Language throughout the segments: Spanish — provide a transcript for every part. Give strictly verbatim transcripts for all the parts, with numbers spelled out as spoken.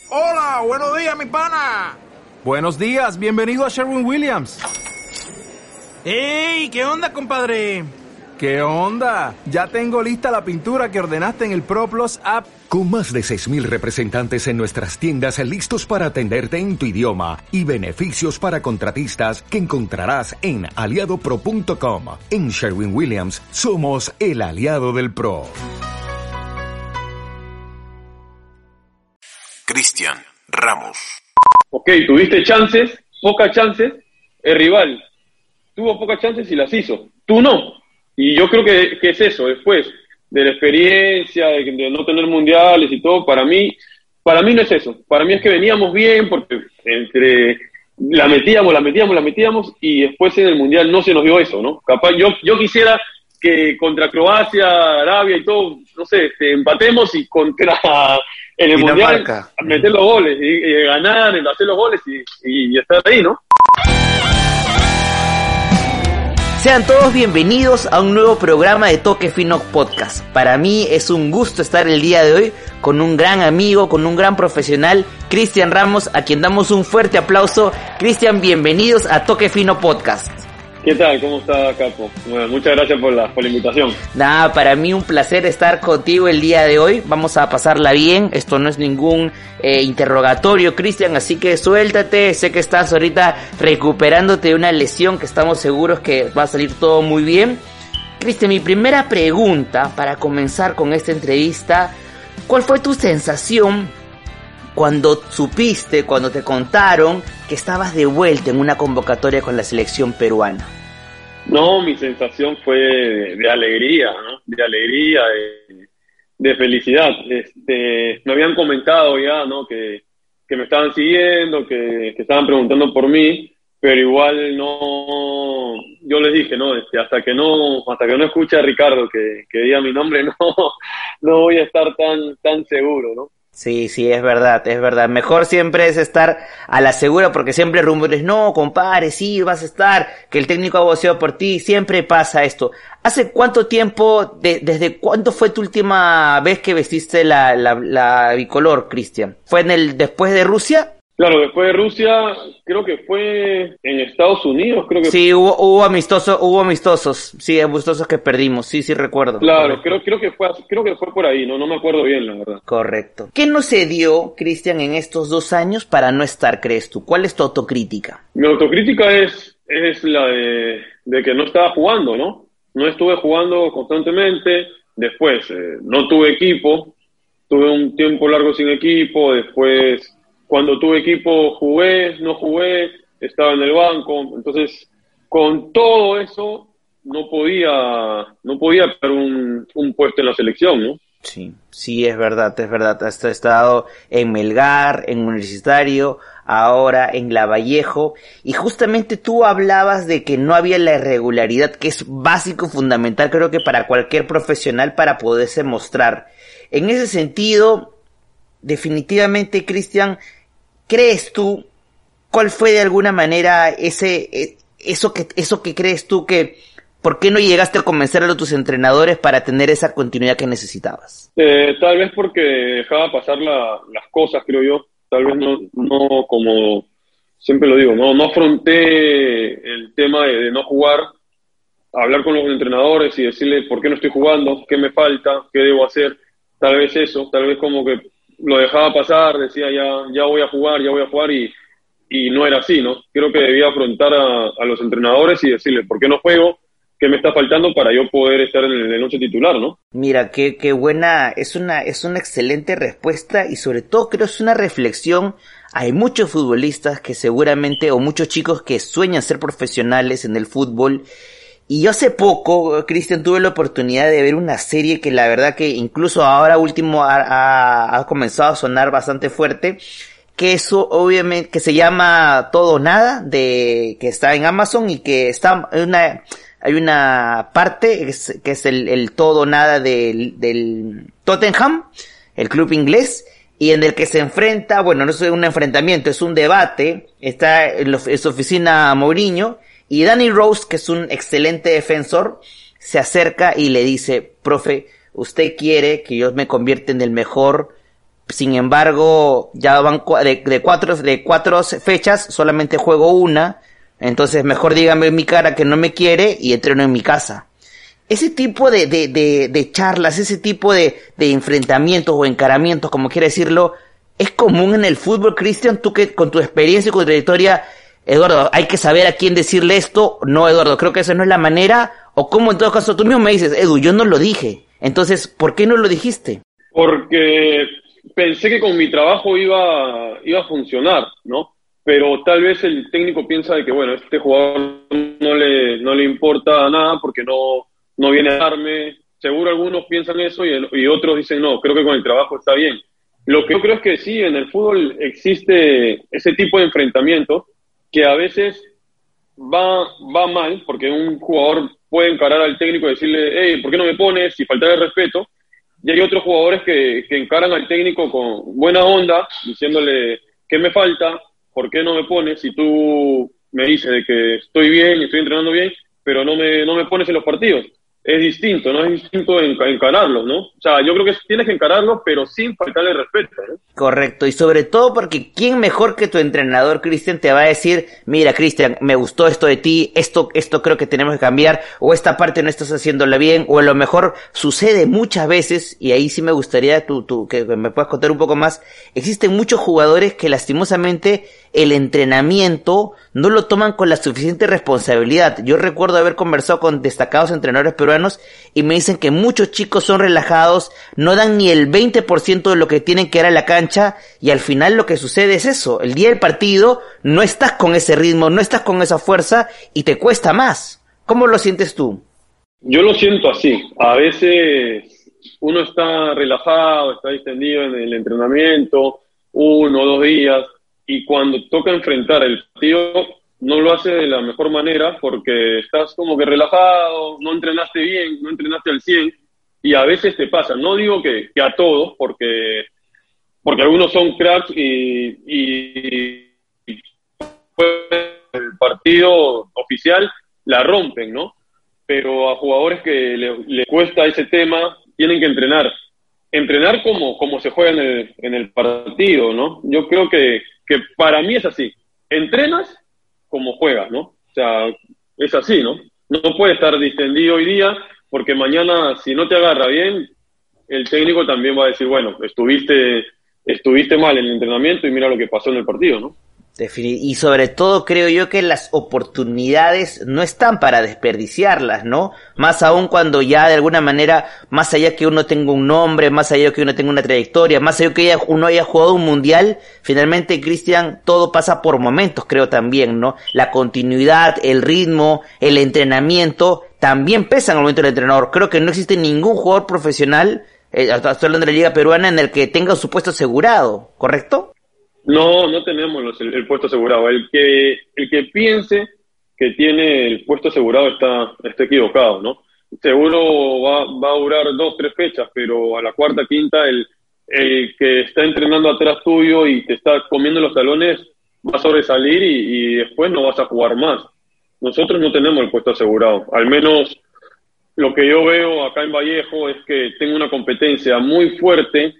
Hola, buenos días, mi pana. Buenos días, bienvenido a Sherwin-Williams. ¡Ey! ¿Qué onda, compadre? ¿Qué onda? Ya tengo lista la pintura que ordenaste en el ProPlus app. Con más de seis mil representantes en nuestras tiendas listos para atenderte en tu idioma y beneficios para contratistas que encontrarás en aliado pro punto com. En Sherwin-Williams somos el aliado del pro. Cristian Ramos. Ok, tuviste chances, pocas chances, el rival tuvo pocas chances y las hizo, tú no. Y yo creo que, que es eso, después de la experiencia, de, de no tener mundiales y todo, para mí, para mí no es eso. Para mí es que veníamos bien porque entre la metíamos, la metíamos, la metíamos y después en el mundial no se nos dio eso, ¿no? Capaz, yo, yo quisiera que contra Croacia, Arabia y todo, no sé, este, empatemos y contra en el Dinamarca. Mundial meter los goles y, y ganar, hacer los goles y, y, y estar ahí, ¿no? Sean todos bienvenidos a un nuevo programa de Toque Fino Podcast. Para mí es un gusto estar el día de hoy con un gran amigo, con un gran profesional, Cristian Ramos, a quien damos un fuerte aplauso. Cristian, bienvenidos a Toque Fino Podcast. ¿Qué tal? ¿Cómo está, Capo? Bueno, muchas gracias por la, por la invitación. Nada, para mí un placer estar contigo el día de hoy. Vamos a pasarla bien. Esto no es ningún eh, interrogatorio, Cristian, así que suéltate. Sé que estás ahorita recuperándote de una lesión que estamos seguros que va a salir todo muy bien. Cristian, mi primera pregunta para comenzar con esta entrevista: ¿cuál fue tu sensación cuando supiste, cuando te contaron que estabas de vuelta en una convocatoria con la selección peruana? No, mi sensación fue de, de alegría, ¿no? De alegría, de, de felicidad. Este, me habían comentado ya, ¿no? Que, que me estaban siguiendo, que, que estaban preguntando por mí, pero igual no, yo les dije, ¿no? Este, hasta que no, hasta que no escuche a Ricardo que, que diga mi nombre, no, no voy a estar tan, tan seguro, ¿no? Sí, sí, es verdad, es verdad. Mejor siempre es estar a la segura, porque siempre rumores, no, compadre, sí, vas a estar, que el técnico ha voceado por ti, siempre pasa esto. ¿Hace cuánto tiempo, de, desde cuándo fue tu última vez que vestiste la, la, la bicolor, Cristian? ¿Fue en el, después de Rusia? Claro, después de Rusia, creo que fue en Estados Unidos, creo que Sí, hubo, hubo amistosos, hubo amistosos, sí, amistosos que perdimos, sí, sí recuerdo. Claro, creo, creo que fue, creo que fue por ahí, no, no me acuerdo bien, la verdad. Correcto. ¿Qué no se dio, Cristian, en estos dos años para no estar, crees tú? ¿Cuál es tu autocrítica? Mi autocrítica es, es la de, de que no estaba jugando, ¿no? No estuve jugando constantemente, después eh, no tuve equipo, tuve un tiempo largo sin equipo, después cuando tuve equipo jugué, no jugué, estaba en el banco, entonces con todo eso no podía, no podía tener un, un puesto en la selección, ¿no? Sí, sí, es verdad, es verdad. Has estado en Melgar, en Universitario, ahora en Lavallejo, y justamente tú hablabas de que no había la irregularidad, que es básico, fundamental, creo que para cualquier profesional para poderse mostrar. En ese sentido, definitivamente, Cristian, ¿crees tú, cuál fue de alguna manera ese, eso que, eso que crees tú que, por qué no llegaste a convencer a tus entrenadores para tener esa continuidad que necesitabas? Eh, tal vez porque dejaba pasar la, las cosas, creo yo. Tal vez no, no como siempre lo digo, no, no afronté el tema de, de no jugar, hablar con los entrenadores y decirles por qué no estoy jugando, qué me falta, qué debo hacer. Tal vez eso, tal vez como que lo dejaba pasar, decía ya, ya voy a jugar, ya voy a jugar y, y no era así, ¿no? Creo que debía afrontar a, a los entrenadores y decirles por qué no juego, qué me está faltando para yo poder estar en el, el once titular, ¿no? Mira, qué, qué buena, es una, es una excelente respuesta y sobre todo creo es una reflexión. Hay muchos futbolistas que seguramente, o muchos chicos que sueñan ser profesionales en el fútbol. Y yo hace poco, Cristian, tuve la oportunidad de ver una serie que la verdad que incluso ahora último ha, ha, ha comenzado a sonar bastante fuerte, que eso obviamente, que se llama Todo o Nada, de, que está en Amazon y que está en una, hay una parte que es, que es el, el Todo o Nada del, del Tottenham, el club inglés, y en el que se enfrenta, bueno, no es un enfrentamiento, es un debate, está en, lo, en su oficina Mourinho, y Danny Rose, que es un excelente defensor, se acerca y le dice, profe, usted quiere que yo me convierta en el mejor sin embargo, ya van cu- de, de cuatro, de cuatro fechas, solamente juego una, entonces mejor dígame en mi cara que no me quiere y entreno en mi casa. Ese tipo de, de, de, de charlas, ese tipo de, de enfrentamientos o encaramientos, como quiera decirlo, ¿es común en el fútbol, Cristian? Tú que con tu experiencia y con tu trayectoria, Eduardo, hay que saber a quién decirle esto. No, Eduardo, creo que esa no es la manera. O como en todo caso, tú mismo me dices, Edu, yo no lo dije. Entonces, ¿por qué no lo dijiste? Porque pensé que con mi trabajo iba, iba a funcionar, ¿no? Pero tal vez el técnico piensa de que, bueno, este jugador no le, no le importa nada porque no, no viene a darme. Seguro algunos piensan eso y, y otros dicen, no, creo que con el trabajo está bien. Lo que yo creo es que sí, en el fútbol existe ese tipo de enfrentamiento que a veces va, va mal, porque un jugador puede encarar al técnico y decirle, hey, ¿por qué no me pones? Y faltar el respeto. Y hay otros jugadores que, que encaran al técnico con buena onda, diciéndole, ¿qué me falta? ¿Por qué no me pones? Si tú me dices de que estoy bien, estoy entrenando bien, pero no me, no me pones en los partidos. Es distinto, ¿no? Es distinto en, encararlos, ¿no? O sea, yo creo que tienes que encararlos, pero sin faltarle respeto, ¿no? Correcto, y sobre todo porque ¿quién mejor que tu entrenador, Cristian, te va a decir, mira, Cristian, me gustó esto de ti, esto, esto creo que tenemos que cambiar, o esta parte no estás haciéndola bien, o a lo mejor sucede muchas veces, y ahí sí me gustaría tú, tú, que me puedas contar un poco más, existen muchos jugadores que lastimosamente el entrenamiento no lo toman con la suficiente responsabilidad. Yo recuerdo haber conversado con destacados entrenadores peruanos y me dicen que muchos chicos son relajados, no dan ni el veinte por ciento de lo que tienen que dar a la cancha y al final lo que sucede es eso. El día del partido no estás con ese ritmo, no estás con esa fuerza y te cuesta más. ¿Cómo lo sientes tú? Yo lo siento así. A veces uno está relajado, está distendido en el entrenamiento, uno o dos días, y cuando toca enfrentar el partido no lo hace de la mejor manera porque estás como que relajado, no entrenaste bien, no entrenaste al cien, y a veces te pasa. No digo que, que a todos, porque, porque algunos son cracks y, y, y el partido oficial la rompen, ¿no? Pero a jugadores que le, le cuesta ese tema, tienen que entrenar. Entrenar como, como se juega en el, en el partido, ¿no? Yo creo que, que para mí es así. Entrenas como juegas, ¿no? O sea, es así, ¿no? No puede estar distendido hoy día porque mañana, si no te agarra bien, el técnico también va a decir, bueno, estuviste, estuviste mal en el entrenamiento y mira lo que pasó en el partido, ¿no? Y sobre todo creo yo que las oportunidades no están para desperdiciarlas, ¿no? Más aún cuando ya de alguna manera, más allá que uno tenga un nombre, más allá que uno tenga una trayectoria, más allá que uno haya jugado un mundial, finalmente, Cristian, todo pasa por momentos, creo también, ¿no? La continuidad, el ritmo, el entrenamiento, también pesan al momento del entrenador. Creo que no existe ningún jugador profesional, eh, estoy hablando de la Liga Peruana, en el que tenga su puesto asegurado, ¿correcto? No, no tenemos los, el, el puesto asegurado. El que, el que piense que tiene el puesto asegurado está, está equivocado, ¿no? Seguro va, va a durar dos, tres fechas, pero a la cuarta, quinta, el, el que está entrenando atrás tuyo y te está comiendo los talones va a sobresalir y, y después no vas a jugar más. Nosotros no tenemos el puesto asegurado. Al menos lo que yo veo acá en Vallejo es que tengo una competencia muy fuerte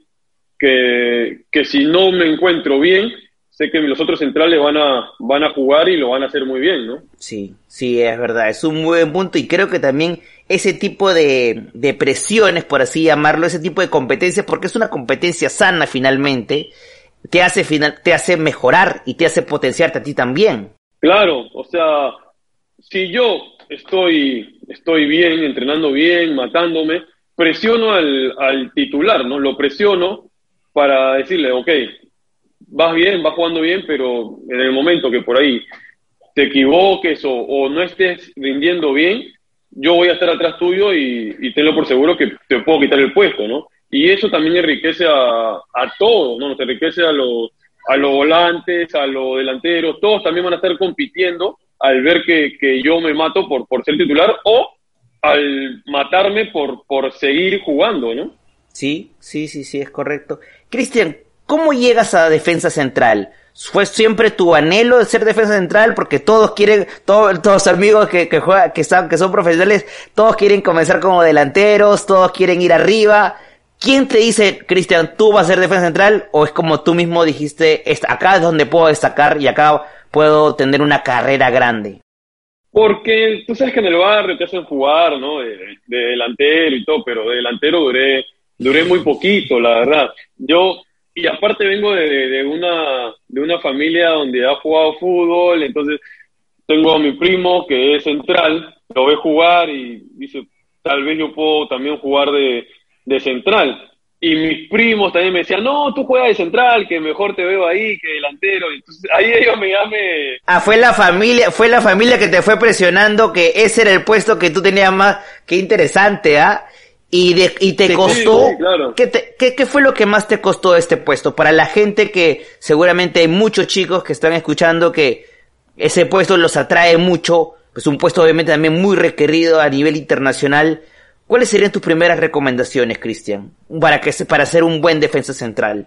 que, que si no me encuentro bien, sé que los otros centrales van a, van a jugar y lo van a hacer muy bien, ¿no? Sí, sí, es verdad, es un muy buen punto y creo que también ese tipo de, de presiones, por así llamarlo, ese tipo de competencias, porque es una competencia sana finalmente, te hace, final, te hace mejorar y te hace potenciarte a ti también. Claro, o sea, si yo estoy, estoy bien, entrenando bien, matándome, presiono al, al titular, ¿no? Lo presiono para decirle, ok, vas bien, vas jugando bien, pero en el momento que por ahí te equivoques o, o no estés rindiendo bien, yo voy a estar atrás tuyo y, y tenlo por seguro que te puedo quitar el puesto, ¿no? Y eso también enriquece a, a todos, ¿no? Nos enriquece a los, a los volantes, a los delanteros, todos también van a estar compitiendo al ver que, que yo me mato por, por ser titular o al matarme por, por seguir jugando, ¿no? Sí, sí, sí, sí, es correcto. Cristian, ¿cómo llegas a defensa central? ¿Fue siempre tu anhelo de ser defensa central? Porque todos quieren, todos, todos amigos que, que juegan, que están, que son profesionales, todos quieren comenzar como delanteros, todos quieren ir arriba. ¿Quién te dice, Cristian, tú vas a ser defensa central? ¿O es como tú mismo dijiste, acá es donde puedo destacar y acá puedo tener una carrera grande? Porque tú sabes que en el barrio te hacen jugar, ¿no? De, de delantero y todo, pero de delantero duré, duré muy poquito, la verdad. Yo, y aparte vengo de, de, de una, de una familia donde ha jugado fútbol, entonces tengo a mi primo que es central, lo ve jugar y dice, tal vez yo puedo también jugar de, de central. Y mis primos también me decían, no, tú juegas de central, que mejor te veo ahí que delantero. Entonces ahí ellos me, ya me... Ah, fue la familia, fue la familia que te fue presionando que ese era el puesto que tú tenías más. Qué interesante, ¿ah? Y, de, y te sí, costó, sí, claro. ¿qué, te, qué, ¿qué fue lo que más te costó este puesto? Para la gente que seguramente hay muchos chicos que están escuchando que ese puesto los atrae mucho, pues un puesto obviamente también muy requerido a nivel internacional. ¿Cuáles serían tus primeras recomendaciones, Cristian, para que para ser un buen defensa central?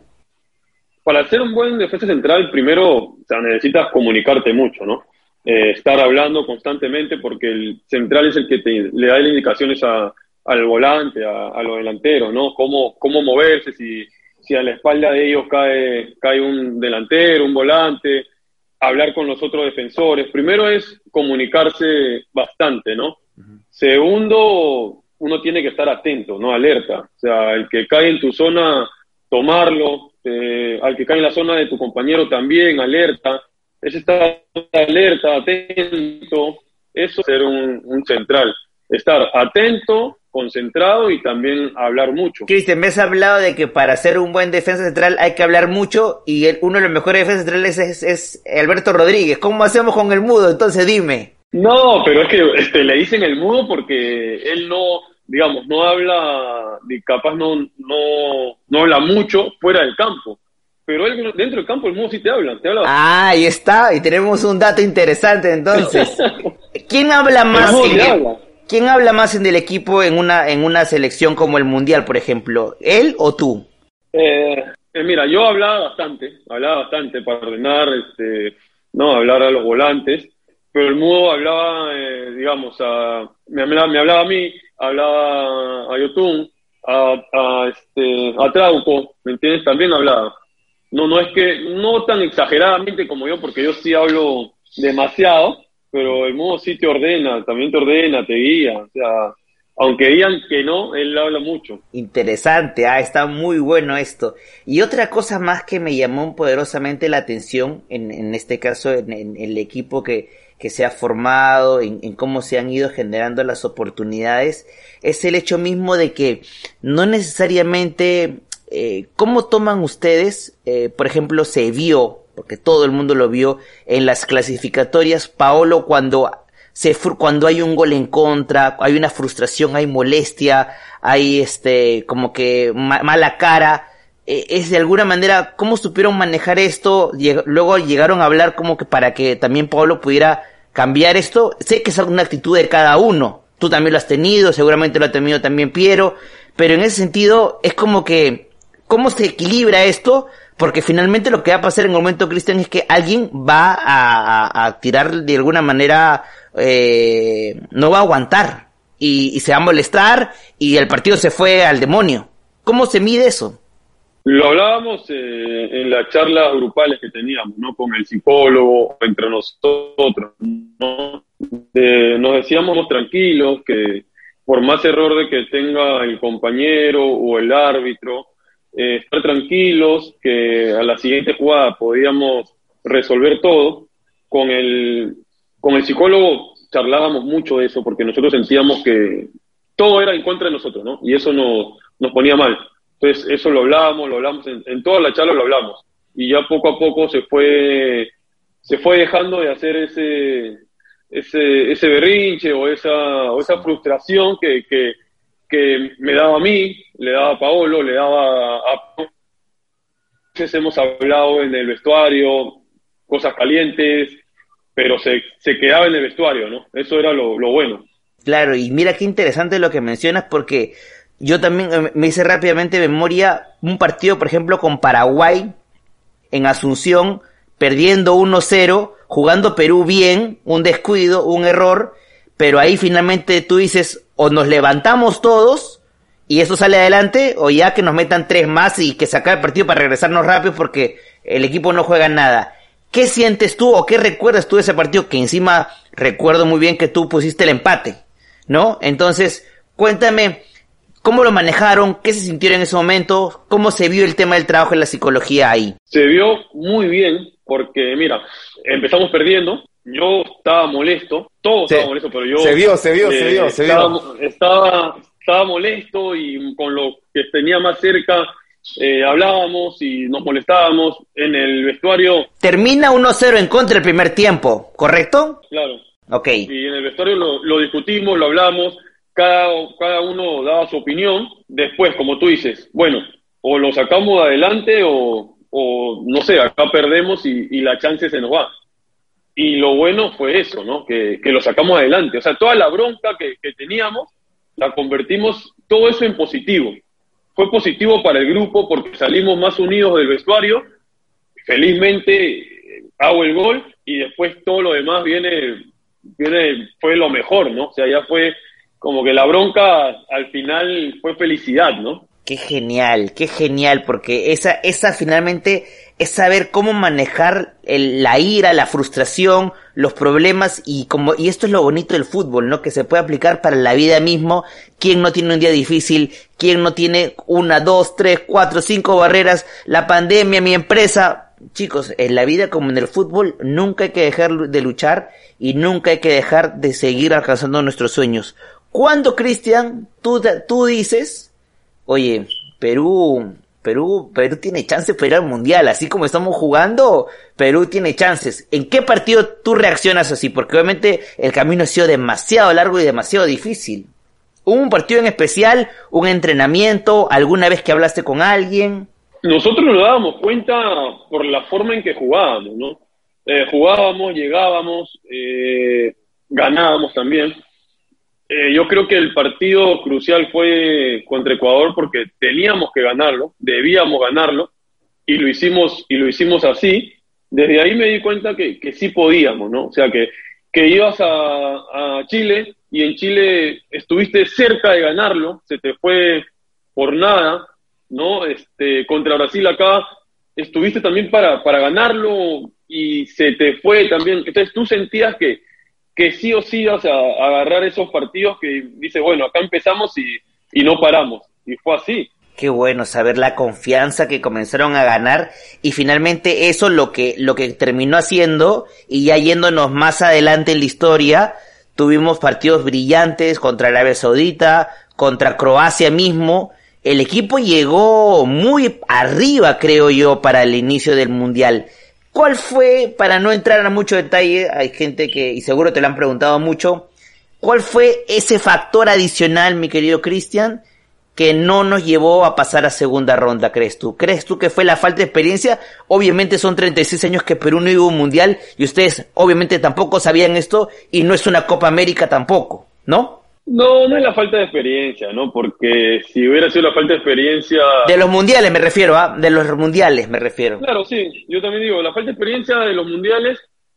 Para ser un buen defensa central, primero, o sea, necesitas comunicarte mucho, ¿no? Eh, estar hablando constantemente, porque el central es el que te, le da las indicaciones a, al volante, a, a los delanteros, ¿no? Cómo, cómo moverse, si, si a la espalda de ellos cae, cae un delantero, un volante, hablar con los otros defensores. Primero es comunicarse bastante, ¿no? Uh-huh. Segundo, uno tiene que estar atento, ¿no? Alerta. O sea, el que cae en tu zona, tomarlo. Eh, al que cae en la zona de tu compañero también, alerta. Es estar alerta, atento. Eso es ser un, un central. Estar atento, concentrado y también hablar mucho. Cristian, me has hablado de que para ser un buen defensa central hay que hablar mucho y el, uno de los mejores defensas centrales es, es, es Alberto Rodríguez. ¿Cómo hacemos con el mudo? Entonces dime. No, pero es que este, le dicen el mudo porque él no... digamos, no habla, capaz no, no, no habla mucho fuera del campo, pero él dentro del campo el mudo sí te habla, te habla. Ah, ahí está, y tenemos un dato interesante entonces. ¿Quién habla más en el, habla. ¿Quién habla más en el equipo en una, en una selección como el Mundial, por ejemplo? ¿Él o tú? Eh, eh, mira, yo hablaba bastante, hablaba bastante para ordenar, este, no, hablar a los volantes, pero el mudo hablaba, eh, digamos, a, me, hablaba, me hablaba a mí, hablaba a Yotun, a, a, este, a Trauco, ¿me entiendes? También hablaba. No, no es que, no tan exageradamente como yo, porque yo sí hablo demasiado, pero el mudo sí te ordena, también te ordena, te guía, o sea, aunque digan que no, él habla mucho. Interesante, ah, está muy bueno esto. Y otra cosa más que me llamó poderosamente la atención, en, en este caso, en, en el equipo que que se ha formado, en, en cómo se han ido generando las oportunidades, es el hecho mismo de que no necesariamente, eh, ¿cómo toman ustedes? Eh, por ejemplo, se vio, porque todo el mundo lo vio, en las clasificatorias, Paolo, cuando, se, cuando hay un gol en contra, hay una frustración, hay molestia, hay este, como que ma- mala cara, eh, es de alguna manera, ¿cómo supieron manejar esto? Lleg- luego llegaron a hablar como que para que también Paolo pudiera cambiar esto. Sé que es una actitud de cada uno, tú también lo has tenido, seguramente lo ha tenido también Piero, pero en ese sentido es como que, ¿cómo se equilibra esto? Porque finalmente lo que va a pasar en el momento, Cristian, es que alguien va a, a, a tirar de alguna manera, eh, no va a aguantar y, y se va a molestar y el partido se fue al demonio. ¿Cómo se mide eso? Lo hablábamos eh, en las charlas grupales que teníamos, ¿no? Con el psicólogo, entre nosotros, ¿no? Eh, nos decíamos tranquilos que por más error de que tenga el compañero o el árbitro, eh, estar tranquilos que a la siguiente jugada podíamos resolver todo. Con el, con el psicólogo charlábamos mucho de eso porque nosotros sentíamos que todo era en contra de nosotros, ¿no? Y eso nos, nos ponía mal. Entonces, eso lo hablamos, lo hablamos, en, en toda la charla lo hablamos. Y ya poco a poco se fue, se fue dejando de hacer ese, ese, ese berrinche o esa, o esa frustración que, que, que me daba a mí, le daba a Paolo, le daba a... Entonces hemos hablado en el vestuario, cosas calientes, pero se, se quedaba en el vestuario, ¿no? Eso era lo, lo bueno. Claro, y mira qué interesante lo que mencionas porque... Yo también me hice rápidamente memoria un partido, por ejemplo, con Paraguay en Asunción, perdiendo uno cero, jugando Perú bien, un descuido, un error, pero ahí finalmente tú dices, o nos levantamos todos y eso sale adelante, o ya que nos metan tres más y que se acabe el partido para regresarnos rápido porque el equipo no juega nada. ¿Qué sientes tú o qué recuerdas tú de ese partido? Que encima recuerdo muy bien que tú pusiste el empate, ¿no? Entonces, cuéntame, ¿cómo lo manejaron? ¿Qué se sintieron en ese momento? ¿Cómo se vio el tema del trabajo en la psicología ahí? Se vio muy bien porque, mira, empezamos perdiendo, yo estaba molesto, todos Sí. estaban molestos, pero yo... Se vio, se vio, eh, se vio, se estaba, vio. Estaba, estaba molesto y con lo que tenía más cerca eh, hablábamos y nos molestábamos en el vestuario. Termina uno cero en contra el primer tiempo, ¿correcto? Claro. Ok. Y en el vestuario lo, lo discutimos, lo hablamos, cada, cada uno daba su opinión. Después, como tú dices, bueno, o lo sacamos adelante o, o no sé, acá perdemos y, y la chance se nos va. Y lo bueno fue eso, ¿no? Que, que lo sacamos adelante. O sea, toda la bronca que, que teníamos, la convertimos todo eso en positivo. Fue positivo para el grupo porque salimos más unidos del vestuario. Felizmente eh, hago el gol y después todo lo demás viene, viene, fue lo mejor, ¿no? O sea, ya fue como que la bronca al final fue felicidad, ¿no? Qué genial, qué genial, porque esa, esa finalmente es saber cómo manejar el, la ira, la frustración, los problemas y como, y esto es lo bonito del fútbol, ¿no? Que se puede aplicar para la vida mismo. ¿Quién no tiene un día difícil? ¿Quién no tiene una, dos, tres, cuatro, cinco barreras? La pandemia, mi empresa. Chicos, en la vida como en el fútbol nunca hay que dejar de luchar y nunca hay que dejar de seguir alcanzando nuestros sueños. ¿Cuándo, Cristian, tú, tú dices, oye, Perú, Perú, Perú tiene chances para ir al mundial, así como estamos jugando, Perú tiene chances? ¿En qué partido tú reaccionas así? Porque obviamente el camino ha sido demasiado largo y demasiado difícil. ¿Hubo un partido en especial, un entrenamiento, alguna vez que hablaste con alguien? Nosotros nos dábamos cuenta por la forma en que jugábamos, ¿no? Eh, jugábamos, llegábamos, eh, ganábamos también. Eh, yo creo que el partido crucial fue contra Ecuador porque teníamos que ganarlo, debíamos ganarlo, y lo hicimos, y lo hicimos así. Desde ahí me di cuenta que, que sí podíamos, ¿no? O sea, que, que ibas a, a Chile y en Chile estuviste cerca de ganarlo, se te fue por nada, ¿no? Este, contra Brasil acá estuviste también para, para ganarlo y se te fue también. Entonces tú sentías que que sí o sí ibas a, a agarrar esos partidos que dices, bueno, acá empezamos y, y no paramos. Y fue así. Qué bueno saber la confianza que comenzaron a ganar y finalmente eso lo que, lo que terminó haciendo, y ya yéndonos más adelante en la historia, tuvimos partidos brillantes contra Arabia Saudita, contra Croacia mismo. El equipo llegó muy arriba, creo yo, para el inicio del Mundial. ¿Cuál fue, para no entrar a mucho detalle, hay gente que, y seguro te lo han preguntado mucho, cuál fue ese factor adicional, mi querido Cristian, que no nos llevó a pasar a segunda ronda, crees tú? ¿Crees tú que fue la falta de experiencia? Obviamente son treinta y seis años que Perú no iba a un mundial, y ustedes obviamente tampoco sabían esto, y no es una Copa América tampoco, ¿no? No, no es la falta de experiencia, ¿no? Porque si hubiera sido la falta de experiencia... De los mundiales me refiero, ¿ah? ¿eh? De los mundiales me refiero. Claro, sí. Yo también digo, la falta de experiencia de los mundiales,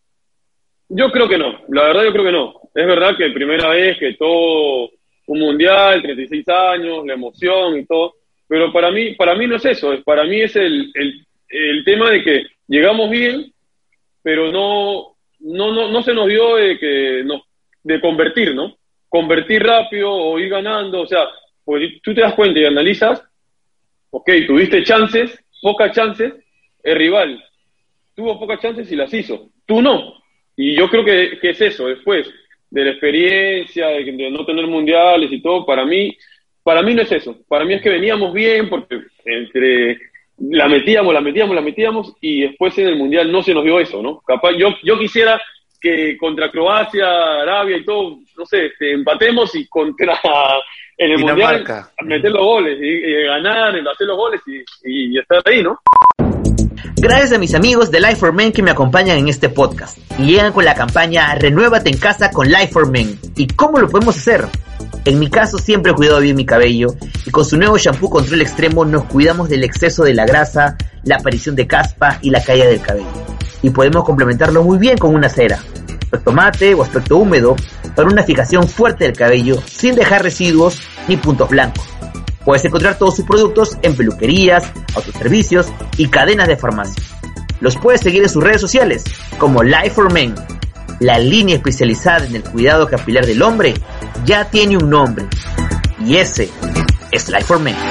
yo creo que no. La verdad yo creo que no. Es verdad que primera vez que todo un mundial, treinta y seis años, la emoción y todo. Pero para mí, para mí no es eso. Para mí es el, el, el tema de que llegamos bien, pero no, no, no, no se nos dio de, que nos, de convertir, ¿no? Convertir rápido o ir ganando, o sea, pues tú te das cuenta y analizas, ok, tuviste chances, pocas chances, el rival tuvo pocas chances y las hizo, tú no, y yo creo que, que es eso, después de la experiencia, de, de no tener mundiales y todo, para mí, para mí no es eso, para mí es que veníamos bien, porque entre la metíamos, la metíamos, la metíamos, y después en el mundial no se nos dio eso, ¿no? Capaz, yo, yo quisiera que contra Croacia, Arabia y todo, no sé, este, empatemos y contra en el Dinamarca. Mundial meter los goles, y, y ganar, hacer los goles y, y, y estar ahí, ¿no? Gracias a mis amigos de Life for Men que me acompañan en este podcast y llegan con la campaña Renuévate en casa con Life for Men. ¿Y cómo lo podemos hacer? En mi caso siempre he cuidado bien mi cabello y con su nuevo shampoo Control Extremo nos cuidamos del exceso de la grasa, la aparición de caspa y la caída del cabello. Y podemos complementarlo muy bien con una cera, aspecto mate o aspecto húmedo, para una fijación fuerte del cabello sin dejar residuos ni puntos blancos. Puedes encontrar todos sus productos en peluquerías, autoservicios y cadenas de farmacia. Los puedes seguir en sus redes sociales como Life for Men. La línea especializada en el cuidado capilar del hombre ya tiene un nombre, y ese es Life for Men.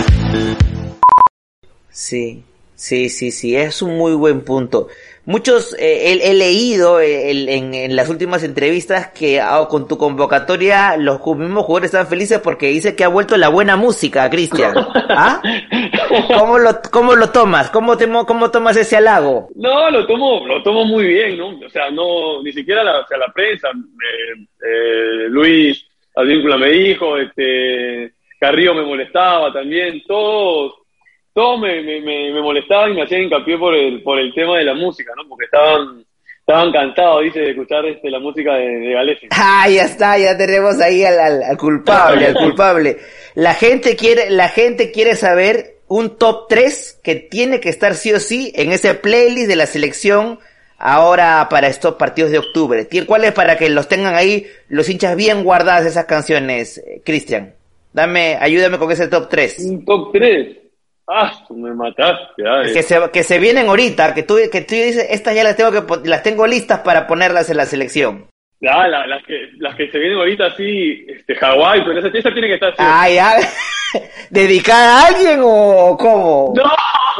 Sí, sí, sí, sí, es un muy buen punto. Muchos, eh, he, he leído el, en, en las últimas entrevistas que oh, con tu convocatoria los mismos jugadores están felices porque dice que ha vuelto la buena música, Cristian. ¿Ah? ¿Cómo lo, cómo lo tomas? ¿Cómo, te, ¿Cómo tomas ese halago? No, lo tomo, lo tomo muy bien, ¿no? O sea, no, ni siquiera la, o sea, la prensa, eh, eh, Luis Advíncula me dijo, este, Carrillo me molestaba también, todos, todos me, me, me, me molestaban y me hacían hincapié por el, por el tema de la música, ¿no? Porque estaban, estaban cansados, dice, de escuchar este, la música de, de Galese. Ah, ya está, ya tenemos ahí al, al, al culpable, al culpable. La gente quiere, la gente quiere saber un top tres que tiene que estar sí o sí en ese playlist de la selección ahora para estos partidos de octubre. ¿Cuál es para que los tengan ahí los hinchas bien guardadas esas canciones, Cristian? Dame, ayúdame con ese top tres. Un top tres. Ah, me mataste. Ay. Que se, que se vienen ahorita, que tú, que tú dices, estas ya las tengo que, las tengo listas para ponerlas en la selección. Ah, la, las que, las que se vienen ahorita sí, este, Hawái, pero esa, esa tiene que estar así. Ah, ya. ¿Dedicada a alguien o cómo? No,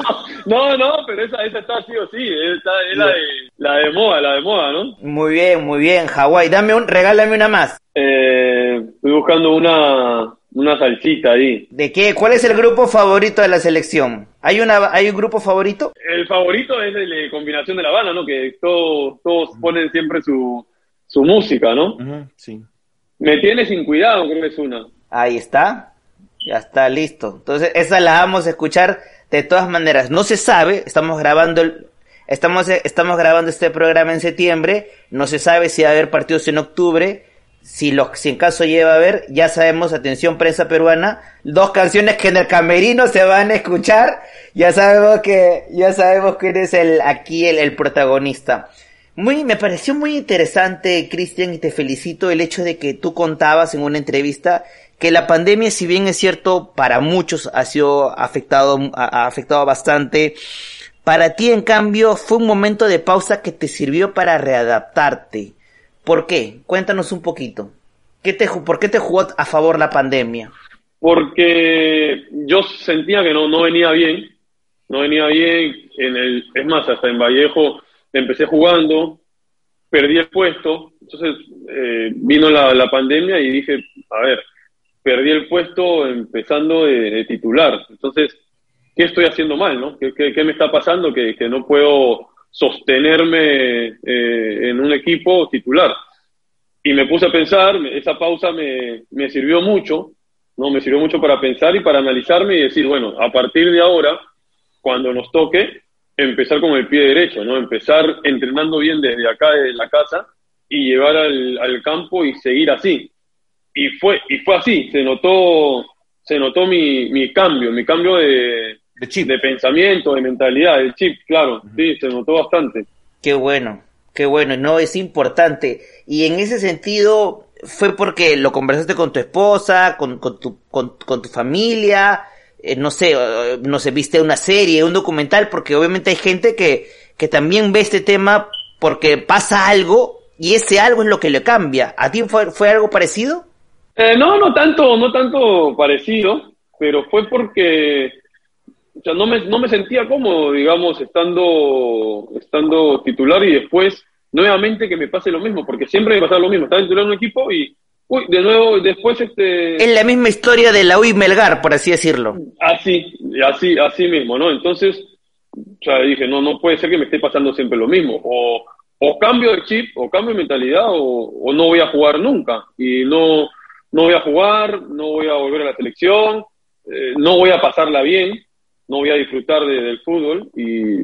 no, no, pero esa, esa está sí o sí, esa es la de, la de moda, la de moda, ¿no? Muy bien, muy bien, Hawái, dame un, regálame una más. Eh, estoy buscando una, una salsita ahí. ¿De qué? ¿Cuál es el grupo favorito de la selección? ¿Hay una, hay un grupo favorito? El favorito es el de Combinación de La Habana, ¿no? Que todos, todos ponen siempre su, su música, ¿no? Uh-huh, sí. Me tiene sin cuidado, creo que es una. Ahí está. Ya está, listo. Entonces, esa la vamos a escuchar de todas maneras. No se sabe, estamos grabando el, estamos, estamos grabando este programa en septiembre, no se sabe si va a haber partidos en octubre, si los, si en caso lleva a haber, ya sabemos, atención prensa peruana, dos canciones que en el camerino se van a escuchar, ya sabemos que, ya sabemos quién es el, aquí el, el protagonista. Muy, me pareció muy interesante, Cristian, y te felicito el hecho de que tú contabas en una entrevista que la pandemia, si bien es cierto, para muchos ha sido afectado, ha afectado bastante, para ti, en cambio, fue un momento de pausa que te sirvió para readaptarte. ¿Por qué? Cuéntanos un poquito. ¿Qué te, ¿Por qué te jugó a favor la pandemia? Porque yo sentía que no, no venía bien, no venía bien, en el, es más, hasta en Vallejo empecé jugando, perdí el puesto, entonces eh, vino la, la pandemia y dije, a ver, perdí el puesto empezando de, de titular. Entonces, ¿qué estoy haciendo mal, no? ¿Qué, qué, qué me está pasando que, que no puedo sostenerme eh, en un equipo titular? Y me puse a pensar, esa pausa me, me sirvió mucho, ¿no? Me sirvió mucho para pensar y para analizarme y decir, bueno, a partir de ahora, cuando nos toque, empezar con el pie derecho, ¿no? Empezar entrenando bien desde acá, de la casa, y llevar al, al campo y seguir así. Y fue, y fue así, se notó, se notó mi, mi cambio, mi cambio de, de chip, de pensamiento, de mentalidad, de chip, claro, uh-huh. Sí, se notó bastante. Qué bueno, qué bueno, no, es importante. Y en ese sentido, ¿fue porque lo conversaste con tu esposa, con, con tu, con, con tu familia? Eh, no sé, uh, no sé, viste una serie, un documental, porque obviamente hay gente que, que también ve este tema porque pasa algo y ese algo es lo que le cambia. ¿A ti fue, fue algo parecido? Eh, no, no tanto, no tanto parecido, pero fue porque, o sea, no me, no me sentía cómodo, digamos, estando, estando titular y después nuevamente que me pase lo mismo, porque siempre me pasa lo mismo, estaba titular en un equipo y, uy, de nuevo, después este... Es la misma historia de la U I Melgar, por así decirlo. Así, así, así mismo, ¿no? Entonces, o sea, dije, no, no puede ser que me esté pasando siempre lo mismo, o, o cambio de chip, o cambio de mentalidad, o, o no voy a jugar nunca, y no... No voy a jugar, no voy a volver a la selección, eh, no voy a pasarla bien, no voy a disfrutar de, del fútbol y,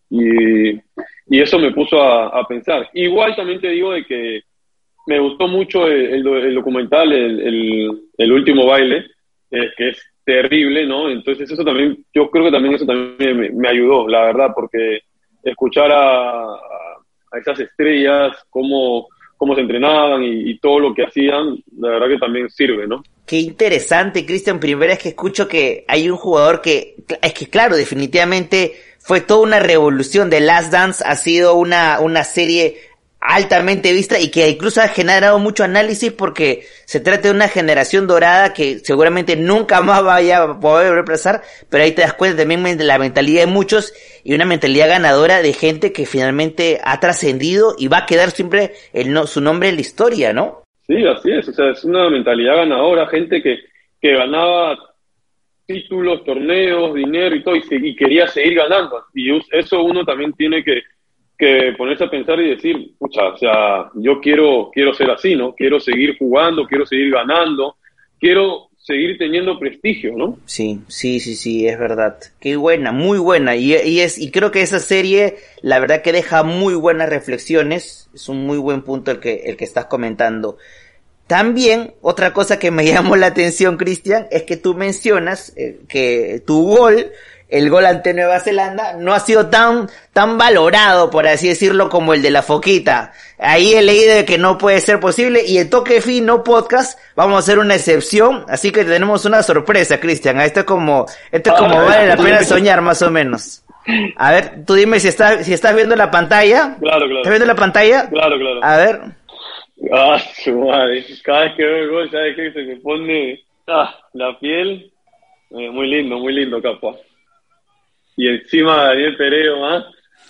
y, y eso me puso a, a pensar. Igual también te digo de que me gustó mucho el, el, el documental, el, el, el último baile, eh, que es terrible, ¿no? Entonces eso también, yo creo que también eso también me, me ayudó, la verdad, porque escuchar a, a, a esas estrellas, cómo... cómo se entrenaban y, y todo lo que hacían, la verdad que también sirve, ¿no? Qué interesante, Cristian. Primera vez que escucho que hay un jugador que, es que claro, definitivamente fue toda una revolución. The Last Dance ha sido una, una serie altamente vista y que incluso ha generado mucho análisis porque se trata de una generación dorada que seguramente nunca más vaya a poder reemplazar, pero ahí te das cuenta también de la mentalidad de muchos y una mentalidad ganadora de gente que finalmente ha trascendido y va a quedar siempre el no, su nombre en la historia, ¿no? Sí, así es, o sea, es una mentalidad ganadora, gente que, que ganaba títulos, torneos, dinero y todo, y, se, y quería seguir ganando, y eso uno también tiene que que ponerse a pensar y decir, pucha, o sea, yo quiero quiero ser así, ¿no? Quiero seguir jugando, quiero seguir ganando, quiero seguir teniendo prestigio, ¿no? Sí, sí, sí, sí, es verdad. Qué buena, muy buena, y, y es y creo que esa serie, la verdad que deja muy buenas reflexiones, es un muy buen punto el que el que estás comentando. También, otra cosa que me llamó la atención, Cristian, es que tú mencionas eh, que tu gol, el gol ante Nueva Zelanda, no ha sido tan tan valorado, por así decirlo, como el de la Foquita. Ahí he leído de que no puede ser posible, y el Toque Fino Podcast vamos a hacer una excepción, así que tenemos una sorpresa, Cristian. Esto es como, esto es como vale la pena soñar, más o menos. A ver, tú dime si estás, si estás viendo la pantalla. Claro, claro. ¿Estás viendo la pantalla? Claro, claro. A ver. Ah, su madre. Cada vez que veo el gol, ¿sabes qué? Se me pone ah, la piel. Eh, muy lindo, muy lindo, capaz. Y encima Daniel Pereo, ¿ah?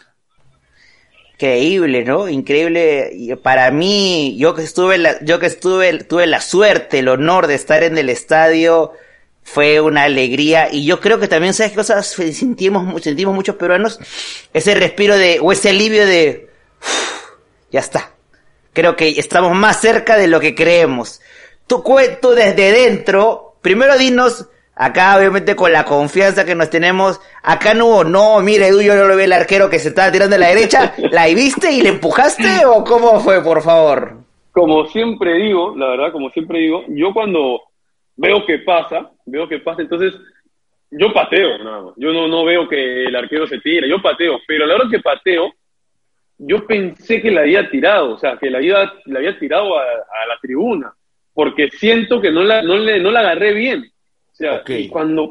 Increíble, ¿no? Increíble. Y para mí, yo que estuve, la, yo que estuve, tuve la suerte, el honor de estar en el estadio, fue una alegría. Y yo creo que también, ¿sabes qué cosas sentimos, sentimos muchos peruanos? Ese respiro de, o ese alivio de, uff, ya está. Creo que estamos más cerca de lo que creemos. Tú, tú desde dentro, primero dinos, acá obviamente con la confianza que nos tenemos, acá no hubo, no, mire Edu, yo no lo vi el arquero que se estaba tirando a la derecha, ¿la viste y le empujaste o cómo fue, por favor? Como siempre digo, la verdad, como siempre digo, yo cuando veo que pasa, veo que pasa, entonces yo pateo nada más, yo no, no veo que el arquero se tira, yo pateo, pero a la hora que pateo, yo pensé que la había tirado, o sea, que la había, la había tirado a, a la tribuna, porque siento que no la, no le, no la agarré bien. O sea, okay. Y cuando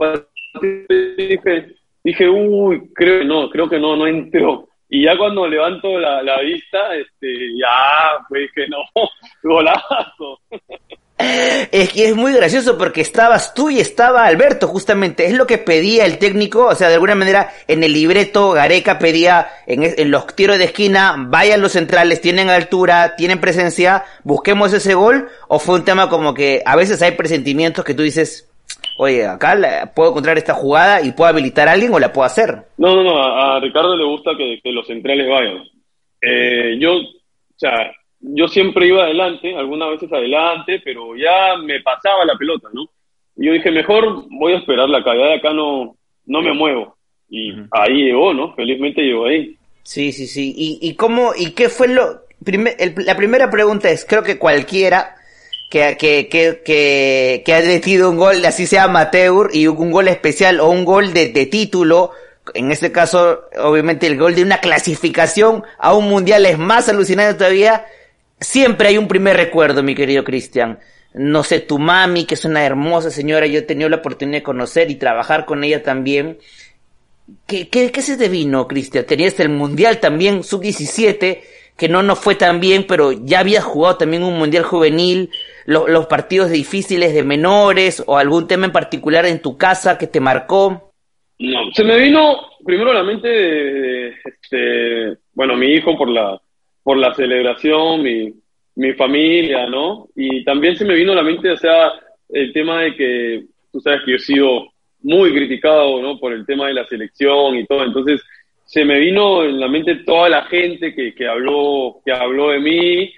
dije, dije, uy, creo que no, creo que no, no entró. Y ya cuando levanto la, la vista, este, ya, pues que no, golazo. Es que es muy gracioso porque estabas tú y estaba Alberto, justamente, es lo que pedía el técnico, o sea, de alguna manera en el libreto Gareca pedía en, en los tiros de esquina, vayan los centrales, tienen altura, tienen presencia, busquemos ese gol, o fue un tema como que a veces hay presentimientos que tú dices, oye, acá la, puedo encontrar esta jugada y puedo habilitar a alguien o la puedo hacer. No, no, no, a, a Ricardo le gusta que, que los centrales vayan. Eh, yo, o sea, yo siempre iba adelante, algunas veces adelante, pero ya me pasaba la pelota, ¿no? Y yo dije, mejor voy a esperarla acá, ya de acá no, no me muevo. Y uh-huh. Ahí llegó, ¿no? Felizmente llegó ahí. Sí, sí, sí. ¿Y, y cómo, y qué fue lo, primer, el, la primera pregunta es, creo que cualquiera que, que, que, que, que ha metido un gol, así sea amateur, y un gol especial o un gol de, de título, en este caso, obviamente el gol de una clasificación a un mundial es más alucinante todavía. Siempre hay un primer recuerdo, mi querido Cristian. No sé, tu mami, que es una hermosa señora, yo he tenido la oportunidad de conocer y trabajar con ella también. ¿Qué, qué, qué se te vino, Cristian? Tenías el mundial también, sub diecisiete, que no nos fue tan bien, pero ya habías jugado también un mundial juvenil, los, los partidos difíciles de menores, o algún tema en particular en tu casa que te marcó. No, se me vino primero a la mente de, de este, bueno, mi hijo por la por la celebración, mi, mi familia, ¿no? Y también se me vino a la mente, o sea, el tema de que, tú sabes que yo he sido muy criticado, ¿no? Por el tema de la selección y todo, entonces se me vino en la mente toda la gente que, que habló, que habló de mí,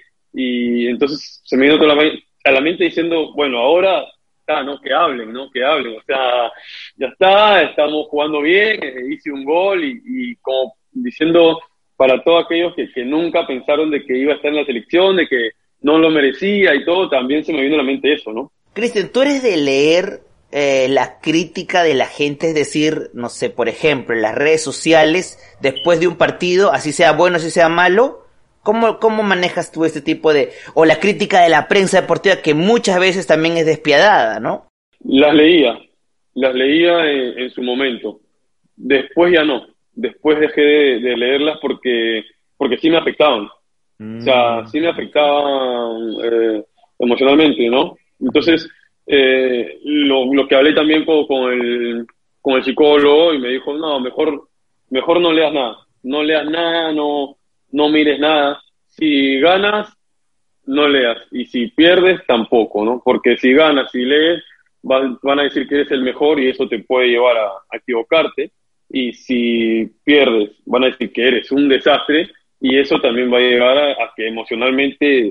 y entonces se me vino toda la, a la mente diciendo, bueno, ahora está, ¿no? Que hablen, ¿no? Que hablen, o sea, ya está, estamos jugando bien, hice un gol, y, y como diciendo, para todos aquellos que, que nunca pensaron de que iba a estar en la selección, de que no lo merecía y todo, también se me vino a la mente eso, ¿no? Cristian, ¿tú eres de leer eh, la crítica de la gente? Es decir, no sé, por ejemplo, en las redes sociales, después de un partido, así sea bueno, así sea malo, ¿Cómo, cómo manejas tú este tipo de, o la crítica de la prensa deportiva que muchas veces también es despiadada, ¿no? Las leía, las leía en, en su momento. Después ya no. Después dejé de, de leerlas porque, porque sí me afectaban. Mm. O sea, sí me afectaban eh, emocionalmente, ¿no? Entonces, eh, lo, lo que hablé también con, con, el, con el psicólogo y me dijo, no, mejor, mejor no leas nada. No leas nada, no, no mires nada. Si ganas, no leas. Y si pierdes, tampoco, ¿no? Porque si ganas y lees, van, van a decir que eres el mejor y eso te puede llevar a, a equivocarte. Y si pierdes, van a decir que eres un desastre y eso también va a llegar a, a que emocionalmente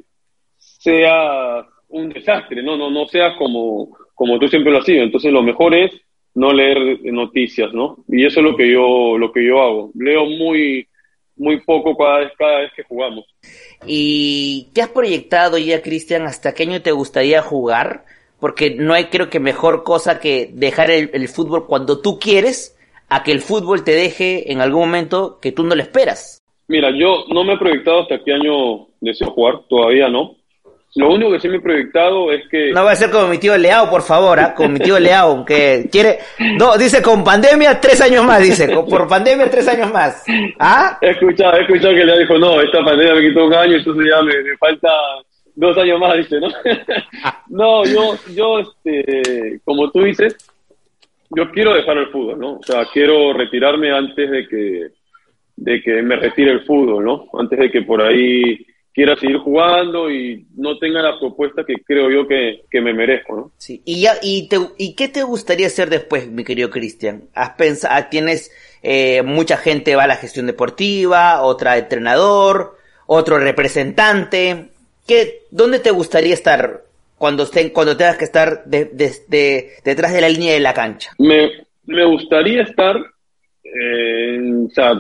sea un desastre, no no no seas como, como tú siempre lo has sido. Entonces lo mejor es no leer noticias, ¿no? Y eso es lo que yo lo que yo hago. Leo muy muy poco cada vez, cada vez que jugamos. ¿Y te has proyectado ya, Cristian, hasta qué año te gustaría jugar? Porque no hay, creo que, mejor cosa que dejar el, el fútbol cuando tú quieres a que el fútbol te deje en algún momento que tú no lo esperas. Mira, yo no me he proyectado hasta qué año deseo jugar, todavía no. Lo único que sí me he proyectado es que... No va a ser como mi tío Leao, por favor, ¿ah? ¿eh? Como mi tío Leao, que quiere... No, dice con pandemia tres años más, dice. Con, por pandemia tres años más. ¿Ah? He escuchado, he escuchado que Leao dijo, no, esta pandemia me quitó un año, entonces ya me, me falta dos años más, dice, ¿no? No, yo, yo, este, como tú dices, yo quiero dejar el fútbol, ¿no? O sea, quiero retirarme antes de que, de que me retire el fútbol, ¿no? Antes de que por ahí quiera seguir jugando y no tenga la propuesta que creo yo que, que me merezco, ¿no? Sí. ¿Y ya y te, y qué te gustaría hacer después, mi querido Cristian? ¿Has pensado, tienes eh, mucha gente va a la gestión deportiva, otra entrenador, otro representante? ¿Qué, dónde te gustaría estar cuando estén, cuando tengas que estar de, de, de, detrás de la línea de la cancha? Me, me gustaría estar, eh, o sea,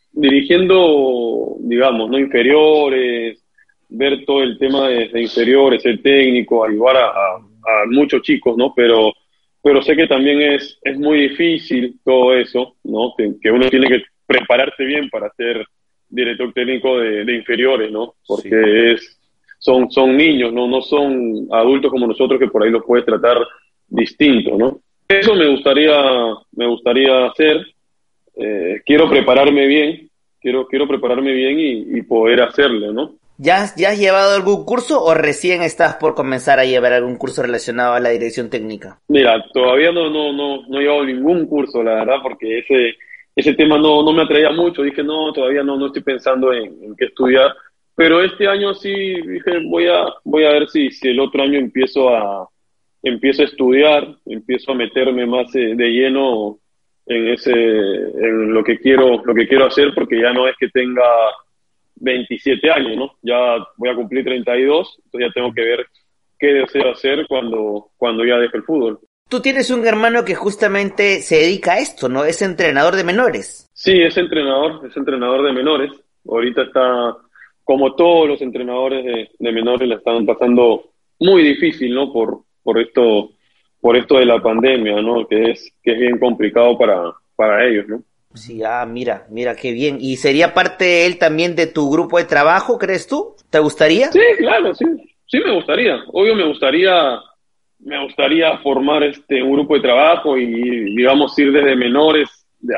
dirigiendo, digamos, no inferiores, ver todo el tema de, de inferiores, el técnico, ayudar a, a, a muchos chicos, ¿no? Pero, pero sé que también es, es muy difícil todo eso, ¿no? Que, que uno tiene que prepararse bien para ser director técnico de, de inferiores, ¿no? Porque sí. es son son niños, no no son adultos como nosotros que por ahí los puedes tratar distinto, ¿no? Eso me gustaría me gustaría hacer. Eh, quiero prepararme bien, quiero quiero prepararme bien y, y poder hacerlo, ¿no? ¿Ya has, ¿Ya has llevado algún curso o recién estás por comenzar a llevar algún curso relacionado a la dirección técnica? Mira, todavía no no no no he llevado ningún curso, la verdad, porque ese ese tema no no me atraía mucho. Dije, no, todavía no no estoy pensando en, en qué estudiar. Pero este año sí dije, voy a voy a ver si si el otro año empiezo a empiezo a estudiar, empiezo a meterme más eh, de lleno en ese en lo que quiero lo que quiero hacer, porque ya no es que tenga veintisiete años, ¿no? Ya voy a cumplir treinta y dos, entonces ya tengo que ver qué deseo hacer cuando cuando ya deje el fútbol. Tú tienes un hermano que justamente se dedica a esto, ¿no? Es entrenador de menores. Sí, es entrenador, es entrenador de menores. Ahorita está, como todos los entrenadores de, de menores, la están pasando muy difícil, ¿no? Por por esto por esto de la pandemia, ¿no? Que es que es bien complicado para para ellos, ¿no? Sí, ah, mira, mira qué bien. ¿Y sería parte él también de tu grupo de trabajo, crees tú? ¿Te gustaría? Sí, claro, sí. Sí me gustaría. Obvio me gustaría me gustaría formar este un grupo de trabajo y, digamos, ir desde menores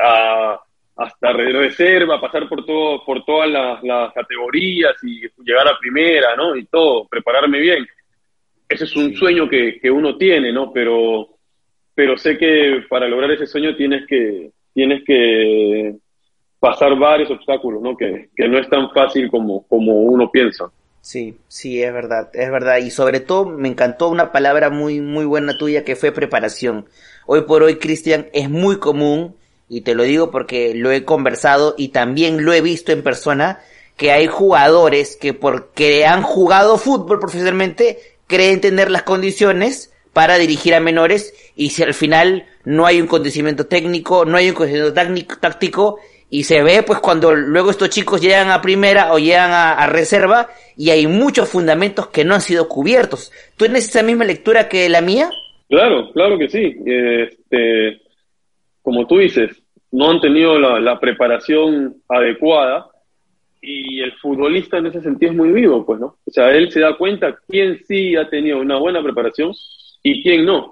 a hasta reserva, pasar por todo por todas las, las categorías y llegar a primera, ¿no? Y todo, prepararme bien. Ese es un sí. sueño que, que uno tiene, ¿no? Pero pero sé que para lograr ese sueño tienes que tienes que pasar varios obstáculos, ¿no? Que, que no es tan fácil como, como uno piensa. Sí, sí, es verdad, es verdad. Y sobre todo me encantó una palabra muy, muy buena tuya que fue preparación. Hoy por hoy, Cristian, es muy común, y te lo digo porque lo he conversado y también lo he visto en persona, que hay jugadores que porque han jugado fútbol profesionalmente creen tener las condiciones para dirigir a menores, y si al final no hay un conocimiento técnico, no hay un conocimiento táctico, táctico y se ve pues cuando luego estos chicos llegan a primera o llegan a, a reserva y hay muchos fundamentos que no han sido cubiertos. ¿Tú tienes esa misma lectura que la mía? Claro, claro que sí. Este, como tú dices, no han tenido la, la preparación adecuada y el futbolista en ese sentido es muy vivo, pues, ¿no? O sea, él se da cuenta quién sí ha tenido una buena preparación y quién no.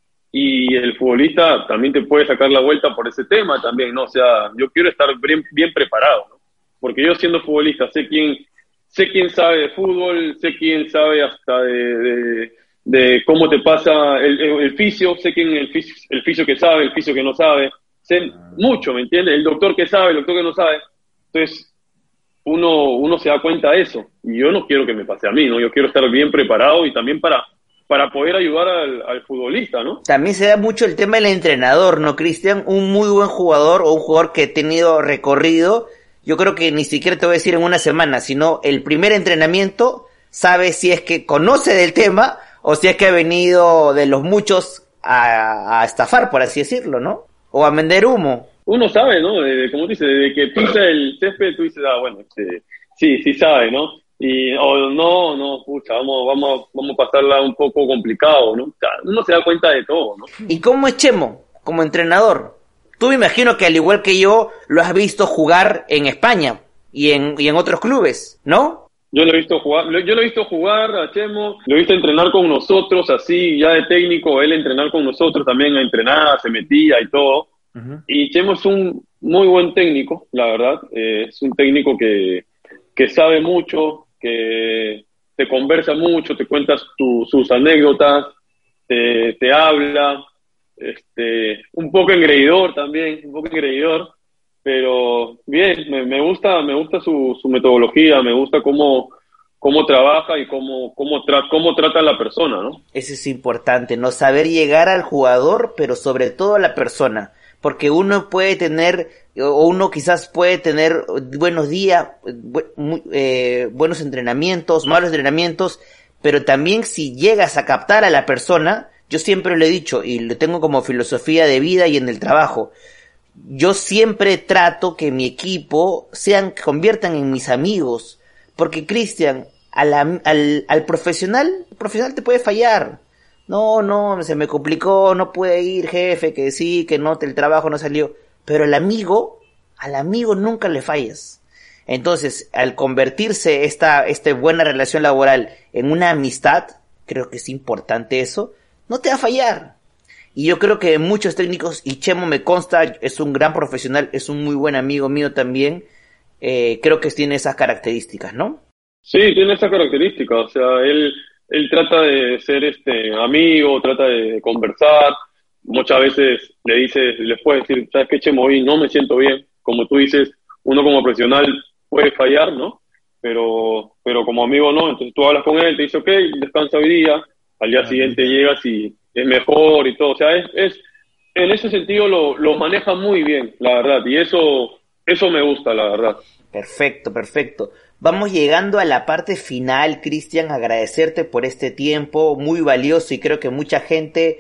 Y el futbolista también te puede sacar la vuelta por ese tema también, ¿no? O sea, yo quiero estar bien, bien preparado, ¿no? Porque yo siendo futbolista sé quién, sé quién sabe de fútbol, sé quién sabe hasta de, de, de cómo te pasa el, el, el fisio, sé quién el fisio, el fisio que sabe, el fisio que no sabe, sé mucho, ¿me entiendes? El doctor que sabe, el doctor que no sabe. Entonces, uno, uno se da cuenta de eso. Y yo no quiero que me pase a mí, ¿no? Yo quiero estar bien preparado y también para... para poder ayudar al, al futbolista, ¿no? También se da mucho el tema del entrenador, ¿no, Cristian? Un muy buen jugador o un jugador que ha tenido recorrido, yo creo que ni siquiera te voy a decir en una semana, sino el primer entrenamiento sabe si es que conoce del tema o si es que ha venido de los muchos a, a estafar, por así decirlo, ¿no? O a vender humo. Uno sabe, ¿no? De, como tú dices, desde que pisa el césped, tú dices, ah, bueno, este, sí, sí sabe, ¿no? Y, o no, no, pucha, vamos, vamos, vamos a pasarla un poco complicado, ¿no? O sea, uno se da cuenta de todo, ¿no? ¿Y cómo es Chemo, como entrenador? Tú me imagino que al igual que yo, lo has visto jugar en España y en, y en otros clubes, ¿no? Yo lo he visto jugar, yo lo he visto jugar a Chemo, lo he visto entrenar con nosotros, así, ya de técnico, él entrenar con nosotros también, a entrenar, se metía y todo. Uh-huh. Y Chemo es un muy buen técnico, la verdad, eh, es un técnico que, que sabe mucho, que te conversa mucho, te cuentas tu, sus anécdotas, te, te habla, este, un poco engreidor también, un poco engreidor, pero bien, me, me gusta, me gusta su, su metodología, me gusta cómo, cómo trabaja y cómo, cómo, tra- cómo trata a la persona, ¿no? Eso es importante, ¿no? Saber llegar al jugador, pero sobre todo a la persona, porque uno puede tener, o uno quizás puede tener buenos días, bu- eh, buenos entrenamientos, malos entrenamientos, pero también si llegas a captar a la persona, yo siempre lo he dicho y lo tengo como filosofía de vida y en el trabajo, yo siempre trato que mi equipo sean, conviertan en mis amigos, porque Cristian, al, al, al profesional, el profesional te puede fallar. No, no, se me complicó, no pude ir, jefe, que sí, que no, el trabajo no salió. Pero el amigo, al amigo nunca le fallas. Entonces, al convertirse esta, esta buena relación laboral en una amistad, creo que es importante eso, no te va a fallar. Y yo creo que muchos técnicos, y Chemo me consta, es un gran profesional, es un muy buen amigo mío también, eh, creo que tiene esas características, ¿no? Sí, tiene esas características, o sea, él... Él trata de ser este amigo, trata de conversar, muchas veces le dices, le puedes decir, ¿sabes qué, Chemo? Hoy no me siento bien. Como tú dices, uno como profesional puede fallar, ¿no? Pero pero como amigo no, entonces tú hablas con él, te dice, ok, descansa hoy día, al día ah, siguiente bien. Llegas y es mejor y todo, o sea, es, es en ese sentido lo, lo maneja muy bien, la verdad, y eso, eso me gusta, la verdad. Perfecto, perfecto. Vamos llegando a la parte final, Cristian, agradecerte por este tiempo muy valioso y creo que mucha gente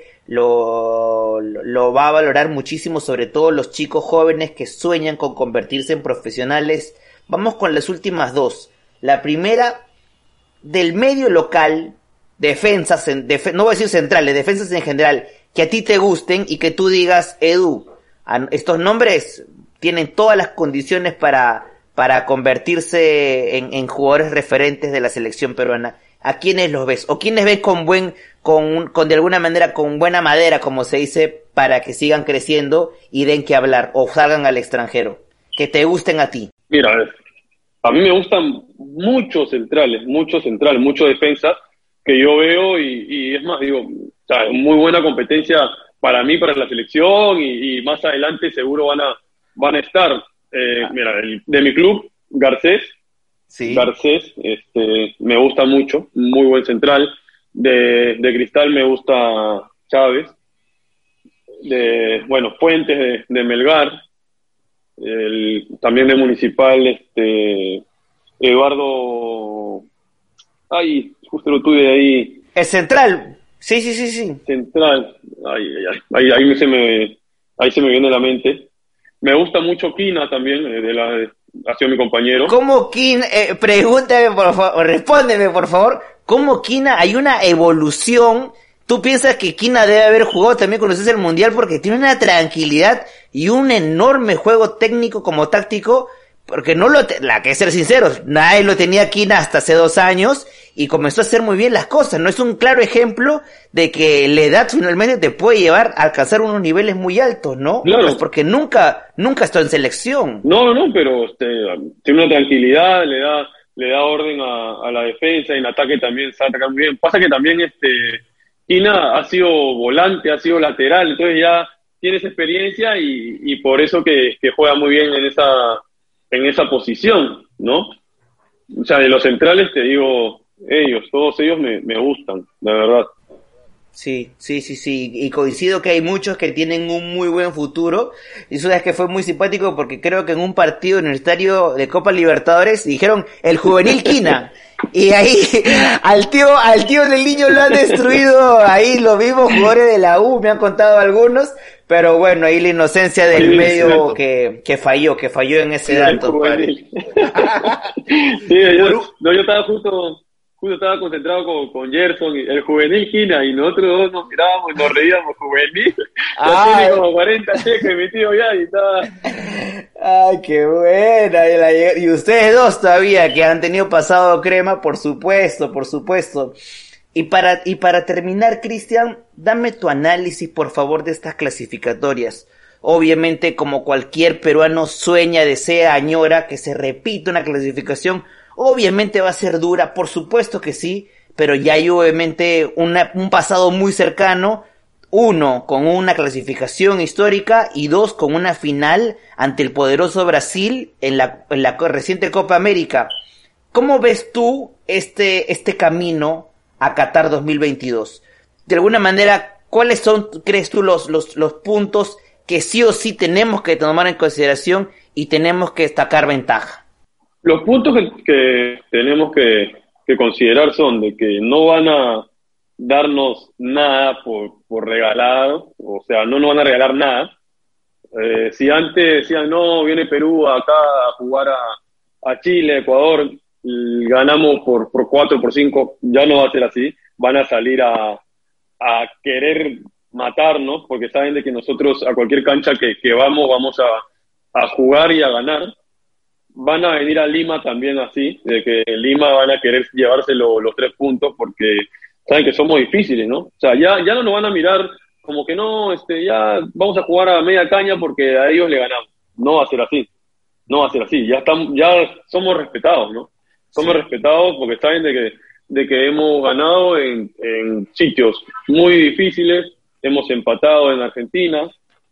lo, lo va a valorar muchísimo, sobre todo los chicos jóvenes que sueñan con convertirse en profesionales. Vamos con las últimas dos. La primera, del medio local, defensas, en, def, no voy a decir centrales, defensas en general, que a ti te gusten y que tú digas, Edu, estos nombres tienen todas las condiciones para... para convertirse en, en jugadores referentes de la selección peruana. ¿A quiénes los ves? ¿O quiénes ves con buen, con, con de alguna manera, con buena madera, como se dice, para que sigan creciendo y den que hablar, o salgan al extranjero? Que te gusten a ti. Mira, a mí me gustan muchos centrales, muchos centrales, muchos defensas que yo veo y, y es más, digo, o sea, muy buena competencia para mí, para la selección y, y más adelante seguro van a, van a estar. Eh, mira, el, de mi club, Garcés, sí. Garcés, este, me gusta mucho, muy buen central. De, de Cristal me gusta Chávez. De, bueno, Fuentes de, de Melgar. El, también de Municipal, este, Eduardo, ay, justo lo tuve ahí. El central, sí, sí, sí, sí. Central, ay, ay, ay, ahí, ahí se me, ahí se me viene a la mente. Me gusta mucho Quina también, de la, de, ha sido mi compañero. ¿Cómo Quina? Eh, pregúntame por favor, respóndeme por favor. ¿Cómo Quina? Hay una evolución. ¿Tú piensas que Quina debe haber jugado también cuando se hace el Mundial? Porque tiene una tranquilidad y un enorme juego técnico como táctico, porque no lo, te- la que ser sinceros, nadie lo tenía Quina hasta hace dos años y comenzó a hacer muy bien las cosas, ¿no? Es un claro ejemplo de que la edad finalmente te puede llevar a alcanzar unos niveles muy altos, ¿no? Claro. Pues porque nunca, nunca está en selección. No, no, pero este, tiene una tranquilidad, le da, le da orden a, a la defensa, y en ataque también sabe atacar muy bien. Pasa que también este Quina ha sido volante, ha sido lateral, entonces ya tiene esa experiencia y, y por eso que, que juega muy bien en esa, en esa posición, ¿no? O sea, de los centrales te digo, ellos, todos ellos me, me gustan, la verdad. Sí, sí, sí, sí, y coincido que hay muchos que tienen un muy buen futuro, y eso es que fue muy simpático porque creo que en un partido universitario de Copa Libertadores dijeron el juvenil Quina, y ahí al tío, al tío del niño lo han destruido, ahí los mismos jugadores de la U, me han contado algunos, pero bueno, ahí la inocencia del Sí, medio cierto. que, que falló, que falló en ese Sí, dato, el padre. juvenil. Sí, yo, no, yo estaba justo, justo estaba concentrado con, con Gerson, y el juvenil Quina, y nosotros dos nos mirábamos y nos reíamos, juvenil. Ah, Ya tiene eh. como cuarenta cheques, mi tío ya, y estaba... Ay, qué buena. Y, la- y ustedes dos todavía que han tenido pasado crema, por supuesto, por supuesto. Y para, y para terminar, Cristian, dame tu análisis, por favor, de estas clasificatorias. Obviamente, como cualquier peruano sueña, desea, añora que se repita una clasificación, obviamente va a ser dura, por supuesto que sí, pero ya hay obviamente una, un pasado muy cercano. Uno, con una clasificación histórica, y dos, con una final ante el poderoso Brasil en la, en la reciente Copa América. ¿Cómo ves tú este, este camino a Qatar dos mil veintidós? De alguna manera, ¿cuáles son, crees tú, los, los, los puntos que sí o sí tenemos que tomar en consideración y tenemos que destacar ventaja? Los puntos que, que tenemos que, que considerar son de que no van a darnos nada por, por regalado, o sea, no nos van a regalar nada. Eh, si antes decían, no, viene Perú acá a jugar a, a Chile, Ecuador, y ganamos por, por cuatro, por cinco, ya no va a ser así. Van a salir a, a querer matarnos, porque saben de que nosotros a cualquier cancha que, que vamos, vamos a, a jugar y a ganar. Van a venir a Lima también así, de que en Lima van a querer llevarse lo, los tres puntos, porque saben que somos difíciles, ¿no? O sea, ya, ya no nos van a mirar como que no, este, ya vamos a jugar a media caña porque a ellos le ganamos. No va a ser así, no va a ser así. Ya estamos, ya somos respetados, ¿no? Somos Sí. respetados porque saben de que, de que hemos ganado en, en sitios muy difíciles, hemos empatado en Argentina,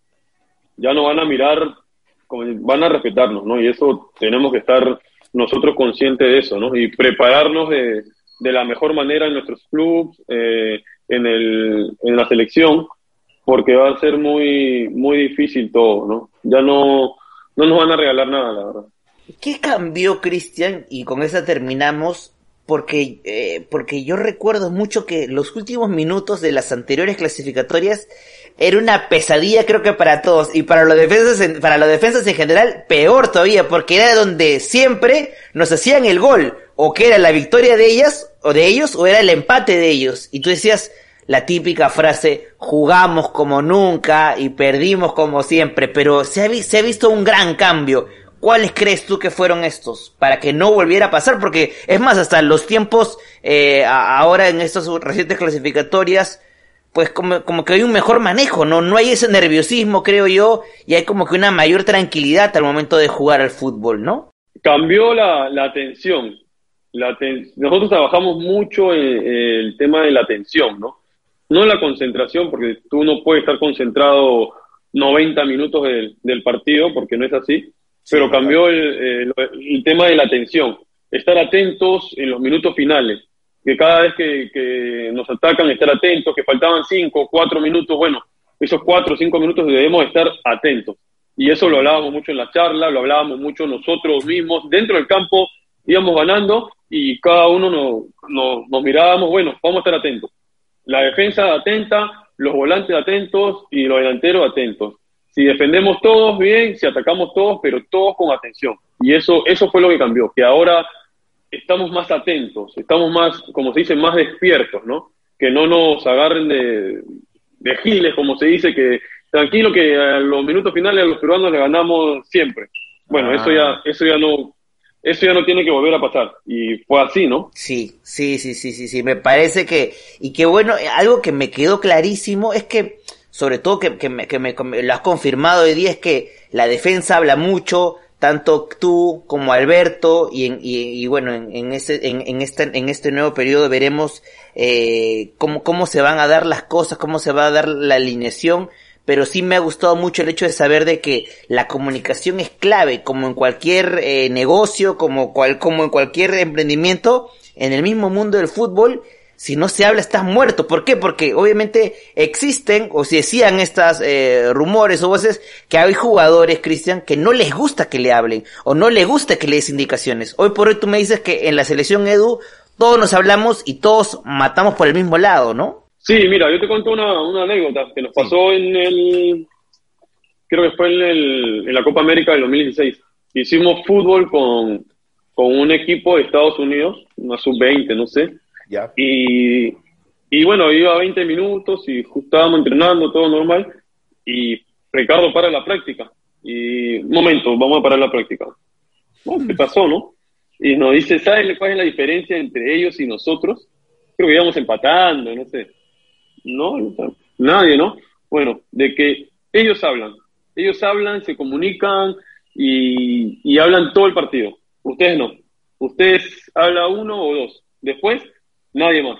ya no van a mirar, como, van a respetarnos, ¿no? Y eso tenemos que estar nosotros conscientes de eso, ¿no? Y prepararnos de de la mejor manera en nuestros clubes, eh, en, el, en la selección, porque va a ser muy muy difícil todo, ¿no? Ya no, no nos van a regalar nada, la verdad. ¿Qué cambió, Cristian? Y con esa terminamos, porque, eh, porque yo recuerdo mucho que los últimos minutos de las anteriores clasificatorias era una pesadilla, creo que para todos, y para los defensas en, para los defensas en general, peor todavía, porque era donde siempre nos hacían el gol, o que era la victoria de ellas, o de ellos, o era el empate de ellos, y tú decías la típica frase, jugamos como nunca y perdimos como siempre, pero se ha, vi- se ha visto un gran cambio. ¿Cuáles crees tú que fueron estos? Para que no volviera a pasar, porque es más, hasta los tiempos, eh, a- ahora en estas recientes clasificatorias, pues como, como que hay un mejor manejo, ¿no? No hay ese nerviosismo, creo yo, y hay como que una mayor tranquilidad al momento de jugar al fútbol, ¿no? Cambió la, la atención. La ten- Nosotros trabajamos mucho en, en el tema de la atención, ¿no? No la concentración, porque tú no puedes estar concentrado noventa minutos del, del partido, porque no es así, pero cambió el, el, el tema de la atención. Estar atentos en los minutos finales, que cada vez que, que nos atacan, estar atentos, que faltaban cinco, cuatro minutos, bueno, esos cuatro o cinco minutos debemos estar atentos. Y eso lo hablábamos mucho en la charla, lo hablábamos mucho nosotros mismos. Dentro del campo íbamos ganando y cada uno nos, nos, nos mirábamos, bueno, vamos a estar atentos. La defensa atenta, los volantes atentos y los delanteros atentos. Si defendemos todos bien, si atacamos todos, pero todos con atención. Y eso, eso fue lo que cambió, que ahora estamos más atentos, estamos más, como se dice, más despiertos, ¿no? Que no nos agarren de, de giles, como se dice, que tranquilo que a los minutos finales a los peruanos le ganamos siempre. Bueno, Ah. eso ya, eso ya no, eso ya no tiene que volver a pasar. Y fue así, ¿no? Sí, sí, sí, sí, sí, sí, me parece que, y que bueno, algo que me quedó clarísimo es que, sobre todo que, que, me, que me, que me lo has confirmado hoy día, es que la defensa habla mucho, tanto tú como Alberto, y, en, y, y bueno, en, en, ese, en, en, este, en este nuevo periodo veremos eh, cómo, cómo se van a dar las cosas, cómo se va a dar la alineación, pero sí me ha gustado mucho el hecho de saber de que la comunicación es clave, como en cualquier eh, negocio, como, cual, como en cualquier emprendimiento, en el mismo mundo del fútbol. Si no se habla, estás muerto. ¿Por qué? Porque obviamente existen, o se decían estas eh, rumores o voces, que hay jugadores, Cristian, que no les gusta que le hablen, o no les gusta que le des indicaciones. Hoy por hoy tú me dices que en la selección Edu, todos nos hablamos y todos matamos por el mismo lado, ¿no? Sí, mira, yo te cuento una, una anécdota que nos pasó en el, creo que fue en, el, en la Copa América del dos mil dieciséis. Hicimos fútbol con, con un equipo de Estados Unidos, una sub veinte, no sé. Ya. Y, y bueno, iba veinte minutos y justo estábamos entrenando, todo normal. Y Ricardo para la práctica. Y, un momento, vamos a parar la práctica. No, ¿qué pasó, no? Y nos dice, ¿sabes cuál es la diferencia entre ellos y nosotros? Creo que íbamos empatando, no sé. No, nadie, ¿no? Bueno, de que ellos hablan. Ellos hablan, se comunican y, y hablan todo el partido. Ustedes no. Ustedes hablan uno o dos. Después, nadie más.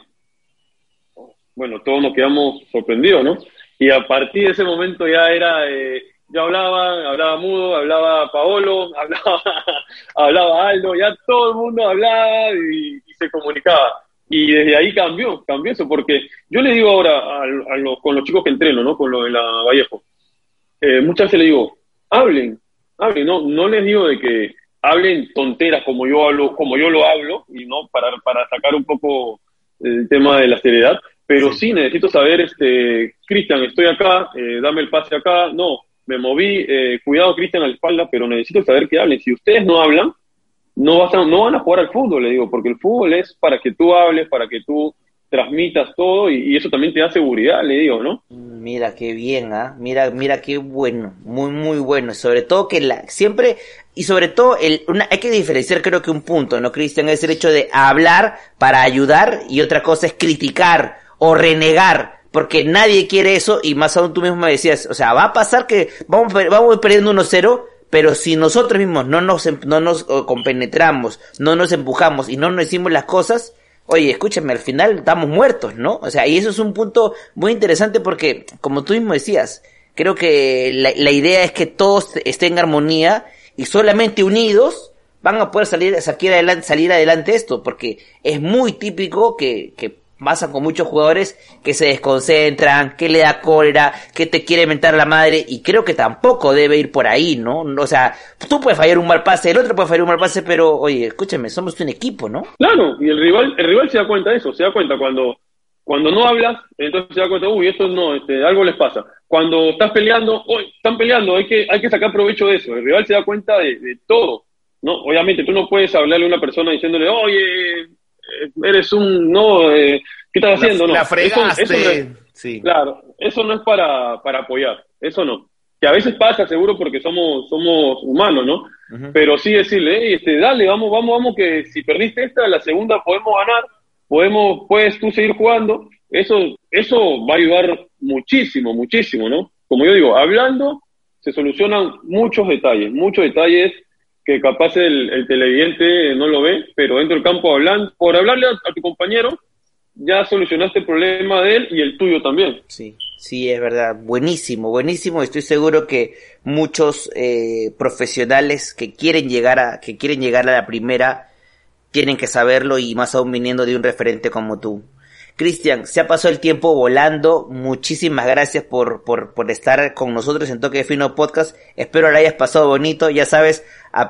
Bueno, todos nos quedamos sorprendidos, ¿no? Y a partir de ese momento ya era... Eh, yo hablaba, hablaba Mudo, hablaba Paolo, hablaba, hablaba Aldo, ya todo el mundo hablaba y, y se comunicaba. Y desde ahí cambió, cambió eso, porque yo le digo ahora a, a los, con los chicos que entreno, ¿no? Con los de la Vallejo, eh, muchas veces le digo, hablen, hablen, no, no les digo de que hablen tonteras como yo hablo, como yo lo hablo, y no para, para sacar un poco el tema de la seriedad, pero sí, sí necesito saber, este, Cristian, estoy acá, eh, dame el pase acá, no, me moví, eh, cuidado Cristian a la espalda, pero necesito saber que hablen. Si ustedes no hablan, no, vas a, no van a jugar al fútbol, le digo, porque el fútbol es para que tú hables, para que tú transmitas todo, y, y eso también te da seguridad, le digo, ¿no? Mira qué bien, ¿ah? ¿eh? Mira, mira qué bueno, muy, muy bueno. Sobre todo que la, siempre, y sobre todo, el, una, hay que diferenciar creo que un punto, ¿no, Cristian? Es el hecho de hablar para ayudar, y otra cosa es criticar o renegar, porque nadie quiere eso, y más aún tú mismo me decías, o sea, va a pasar que vamos, vamos perdiendo uno cero, pero si nosotros mismos no nos, no nos compenetramos, no nos empujamos y no nos decimos las cosas, oye, escúchame, al final estamos muertos, ¿no? O sea, y eso es un punto muy interesante porque, como tú mismo decías, creo que la, la idea es que todos estén en armonía y solamente unidos van a poder salir, salir adelante, salir adelante esto, porque es muy típico que, que pasa con muchos jugadores que se desconcentran, que le da cólera, que te quiere mentar la madre, y creo que tampoco debe ir por ahí, ¿no? O sea, tú puedes fallar un mal pase, el otro puede fallar un mal pase, pero, oye, escúchame, somos un equipo, ¿no? Claro, y el rival, el rival se da cuenta de eso, se da cuenta cuando, cuando no hablas, entonces se da cuenta, uy, esto no, este, algo les pasa. Cuando estás peleando, uy, están peleando, hay que, hay que sacar provecho de eso, el rival se da cuenta de, de todo, ¿no? Obviamente tú no puedes hablarle a una persona diciéndole, oye, eres un, no, eh, ¿qué estás haciendo? La, no, la fregaste. Eso, eso no es, sí. Claro, eso no es para, para apoyar, eso no. Que a veces pasa, seguro, porque somos, somos humanos, ¿no? Uh-huh. Pero sí decirle, hey, este, dale, vamos, vamos, vamos, que si perdiste esta, la segunda podemos ganar, podemos, puedes tú seguir jugando, eso, eso va a ayudar muchísimo, muchísimo, ¿no? Como yo digo, hablando se solucionan muchos detalles, muchos detalles que capaz el, el televidente no lo ve, pero dentro del campo hablando, por hablarle a, a tu compañero, ya solucionaste el problema de él y el tuyo también. Sí, sí, es verdad. Buenísimo, buenísimo. Estoy seguro que muchos eh, profesionales que quieren llegar a, que quieren llegar a la primera, tienen que saberlo, y más aún viniendo de un referente como tú. Cristian, se ha pasado el tiempo volando. Muchísimas gracias por, por, por estar con nosotros en Toque Fino Podcast. Espero lo hayas pasado bonito. Ya sabes,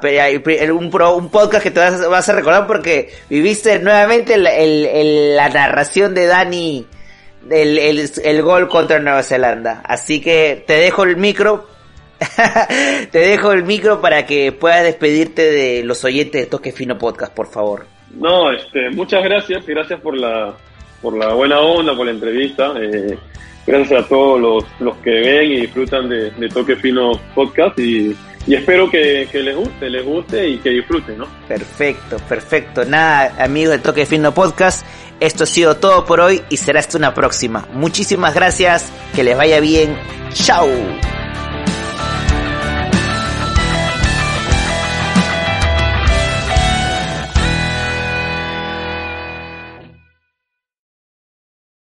un, pro, un podcast que te vas, vas a recordar porque viviste nuevamente el, el, el, la narración de Dani, el, el, el gol contra Nueva Zelanda. Así que te dejo el micro. Te dejo el micro para que puedas despedirte de los oyentes de Toque Fino Podcast, por favor. No, este, muchas gracias. Gracias por la... por la buena onda, por la entrevista. Eh, gracias a todos los, los que ven y disfrutan de, de Toque Fino Podcast, y, y espero que, que les guste, les guste y que disfruten, ¿no? Perfecto, perfecto. Nada, amigos de Toque Fino Podcast, esto ha sido todo por hoy y será hasta una próxima. Muchísimas gracias, que les vaya bien. ¡Chao!